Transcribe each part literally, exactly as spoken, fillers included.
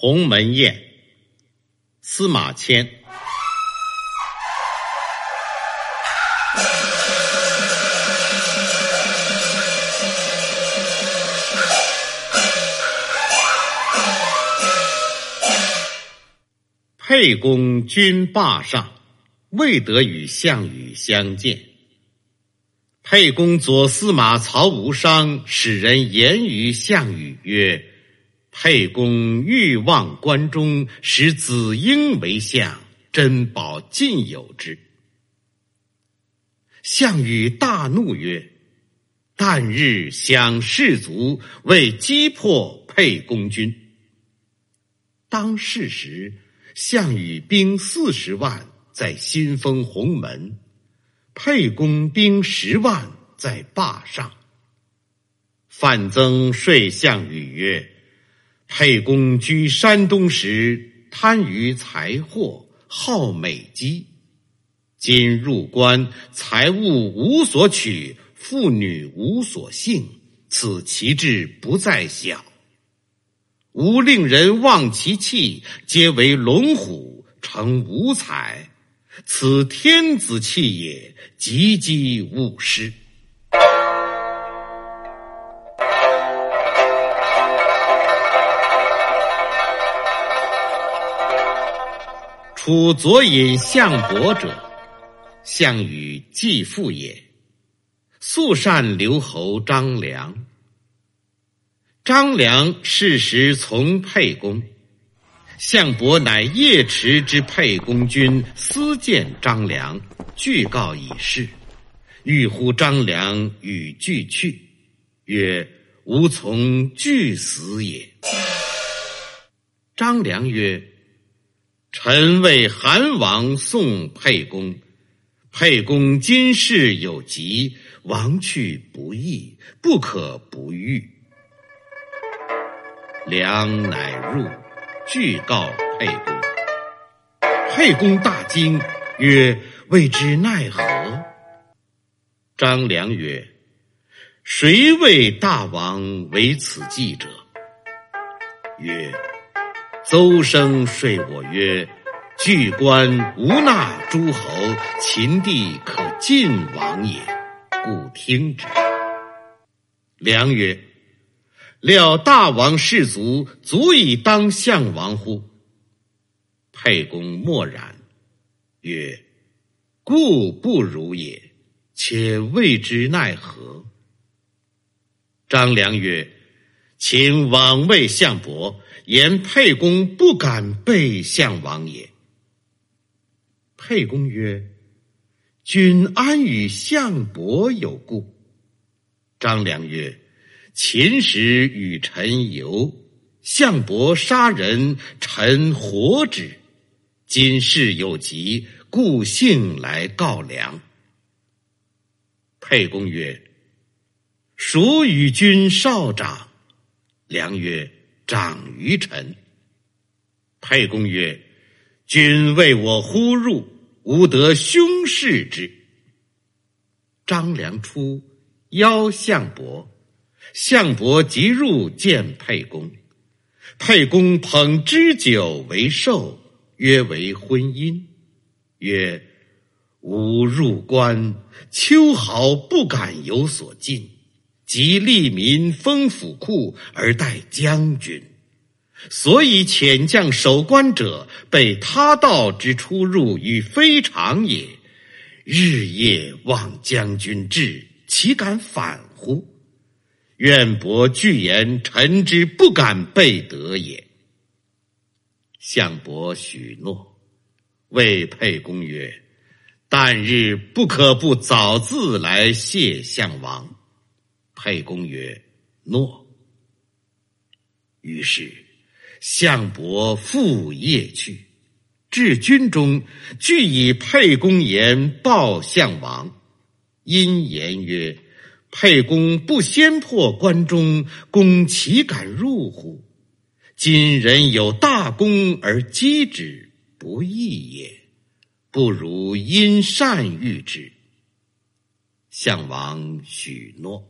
鸿门宴，司马迁。沛公军霸上，未得与项羽相见。沛公左司马曹无伤使人言于项羽曰：沛公欲望关中，使子婴为相，珍宝尽有之。项羽大怒曰：旦日享士卒，为击破沛公军。当是时，项羽兵四十万在新丰鸿门，沛公兵十万在霸上。范增说项羽曰：沛公居山东时，贪于财货，好美姬。今入关，财物无所取，妇女无所幸，此其志不在小。吾令人忘其气，皆为龙虎，成五彩，此天子气也，急急勿失。楚左尹项伯者，项羽继父也，素善留侯张良。张良是时从沛公，项伯乃夜驰之沛公军，私见张良，具告以事，欲呼张良与俱去，曰：吾从俱死也。张良曰：臣为韩王送沛公，沛公今事有急，王去不义，不可不遇。良乃入，具告沛公。沛公大惊，曰：未知奈何？张良曰：谁为大王为此计者？曰：邹生说我曰：据关无纳诸侯，秦地可尽王也，故听之。良曰：料大王士卒，足以当项王乎？沛公默然，曰：故不如也，且未知奈何。张良曰：请往谓项伯，言沛公不敢背项王也。沛公曰：君安与项伯有故？张良曰：秦时与臣游，项伯杀人，臣活之。今事有急，故幸来告良。沛公曰：孰与君少长？良曰：长于臣。沛公曰：君为我呼入，吾得兄事之。张良出，邀项伯，项伯即入见沛公。沛公捧脂酒为寿，约为婚姻。曰：吾入关，秋毫不敢有所进，即利民封府库而待将军。所以遣将守关者，被他道之出入与非常也。日夜望将军至，岂敢反乎？愿伯具言，臣之不敢背德也。项伯许诺，谓沛公曰：旦日不可不早自来谢项王。沛公曰：诺。于是项伯复夜去，至军中，俱以沛公言报项王。因言曰：沛公不先破关中，公岂敢入乎？今人有大功而击之，不义也，不如因善遇之。项王许诺。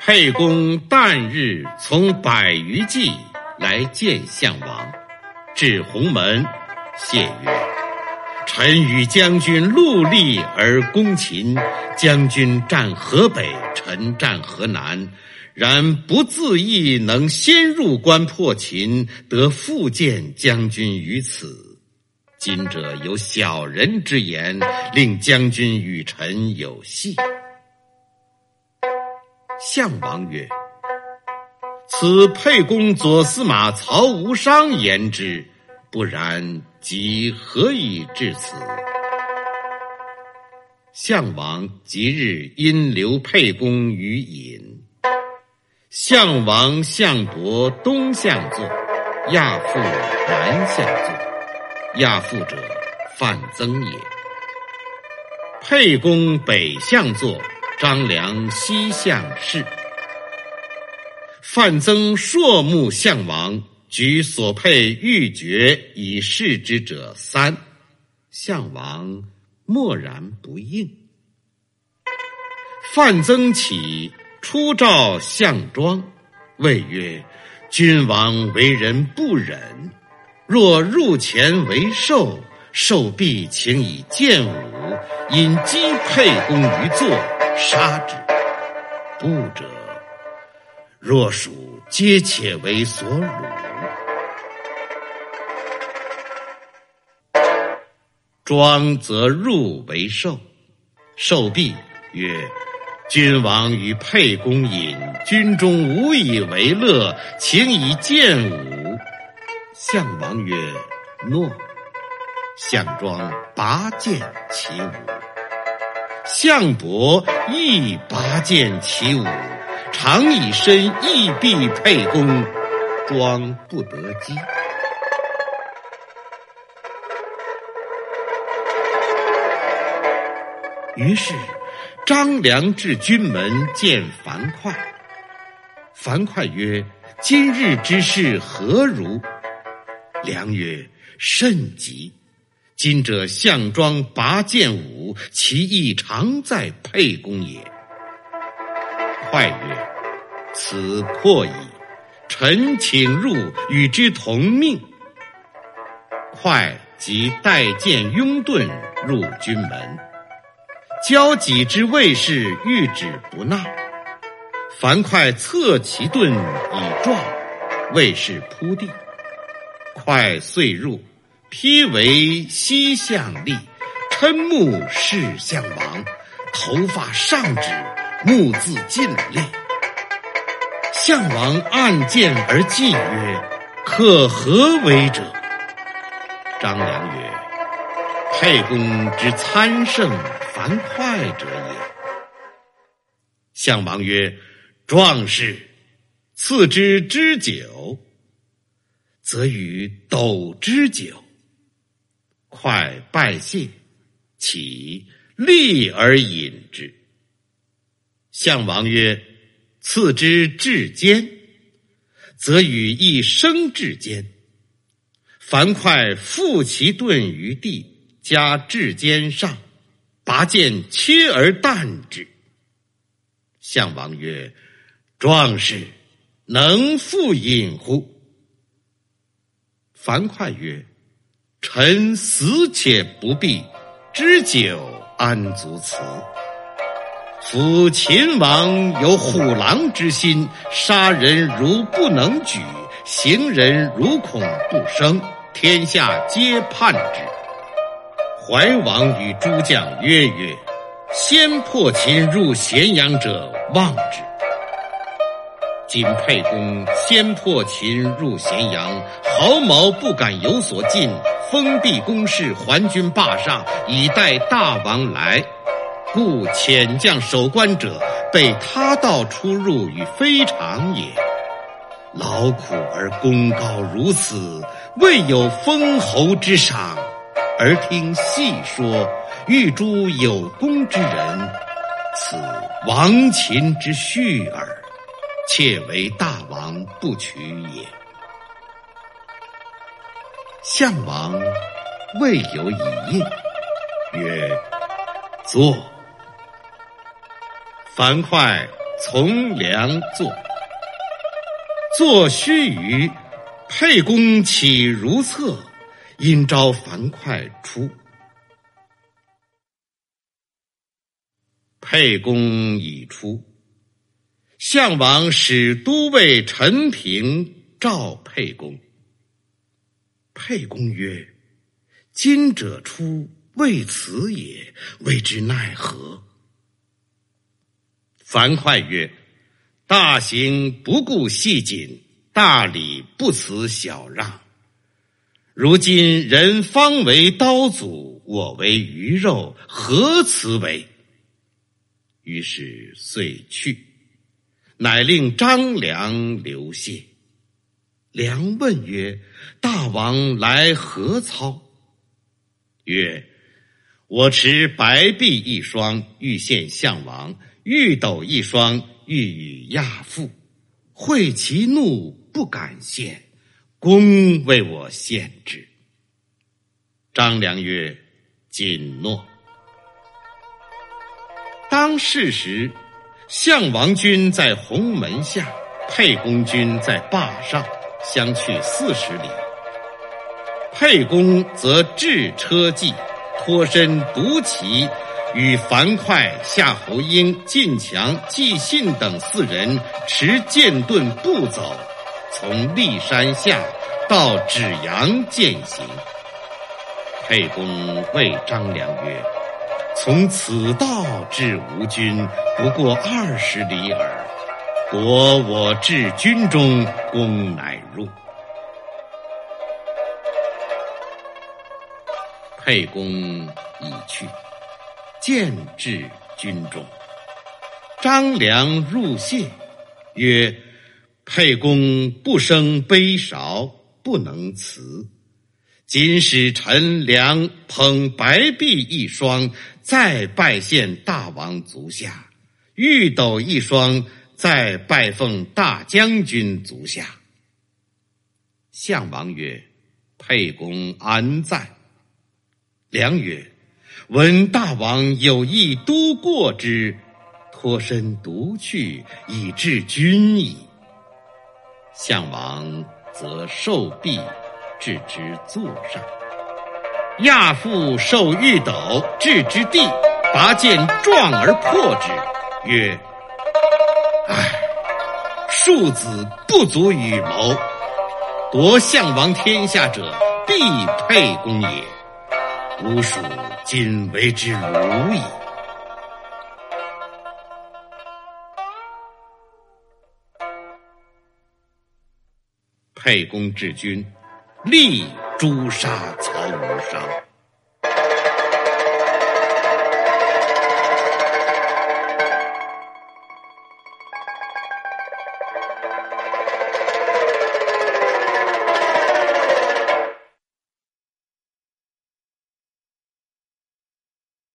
沛公旦日从百余骑来见项王，至鸿门，谢曰：臣与将军戮力而攻秦，将军战河北，臣战河南，然不自意能先入关破秦，得复见将军于此。今者有小人之言，令将军与臣有隙。项王曰：此沛公左司马曹无伤言之，不然即何以至此？项王即日因留沛公于尹。项王项伯东向坐，亚父南向坐。亚父者，范增也。沛公北向坐，张良西向侍。范增朔目项王，举所佩玉珏以示之者三。项王默然不应。范增起，出召项庄，谓曰：君王为人不忍，若入前为寿，寿必请以剑舞，引击沛公于座，杀之。不者，若属皆且为所辱。庄则入为寿，寿毕曰：君王与沛公饮，军中无以为乐，请以剑舞。项王曰：诺。项庄拔剑起舞。项伯亦拔剑起舞，常以身亦避沛公，庄不得击。于是张良至军门见樊哙。樊哙曰：今日之事何如？良曰：甚急。今者项庄拔剑舞，其意常在沛公也。哙曰：此破矣，臣请入，与之同命。哙即带剑拥盾入军门。交己之卫士欲止不纳，樊哙侧其盾以撞，卫士扑地。哙遂入，披为西向立，嗔目视项王，头发上指，目自尽裂。项王按剑而祭曰：可何为者？张良曰：沛公之参胜樊哙者也。项王曰：壮士，赐之之酒，则与斗之酒。哙拜谢，起，立而饮之。项王曰：赐之至坚，则与一生至坚。樊哙负其盾于地，加至坚上，拔剑切而啖之。项王曰：壮士，能复饮乎？樊哙曰：臣死且不避，知酒安足辞？夫秦王有虎狼之心，杀人如不能举，行人如恐不生，天下皆叛之。怀王与诸将约曰：先破秦入咸阳者，望之。今沛公先破秦入咸阳，毫毛不敢有所进，封闭宫室，还军霸上，以待大王来。故遣将守关者，被他道出入与非常也。劳苦而功高如此，未有封侯之赏，而听细说，欲诛有功之人，此亡秦之序耳，妾为大王不取也。项王未有以应，曰：坐。樊哙从良作。作须臾，沛公起如厕，因召樊哙出。沛公已出，项王使都尉陈平召沛公。沛公曰：今者出，为此也，谓之奈何？樊哙曰：大行不顾细谨，大礼不辞小让。如今人方为刀俎，我为鱼肉，何辞为？于是遂去，乃令张良留谢。良问曰：大王来何操？曰：我持白璧一双，欲献项王；玉斗一双，欲与亚父。会其怒，不敢献，公为我献之。张良曰：谨诺。当世时，项王军在鸿门下，沛公军在坝上，相去四十里。沛公则置车骑，脱身独骑，与樊哙、夏侯婴、晋强、纪信等四人持剑盾步走，从骊山下到芷阳践行。沛公谓张良曰：从此道至吴军，不过二十里耳。果我至军中，公乃入。沛公已去，渐至军中。张良入谢，曰：沛公不生悲韶，不能辞。今使陈良捧白璧一双，再拜献大王足下；玉斗一双，再拜奉大将军足下。项王曰：沛公安在？良曰：闻大王有意都过之，脱身独去，以致军矣。项王则受璧，置之座上。亚父受玉斗，置之地，拔剑撞而破之，曰：唉，庶子不足与谋，夺项王天下者，必沛公也。吾属今为之虏矣。沛公治军，力诛杀曹无伤。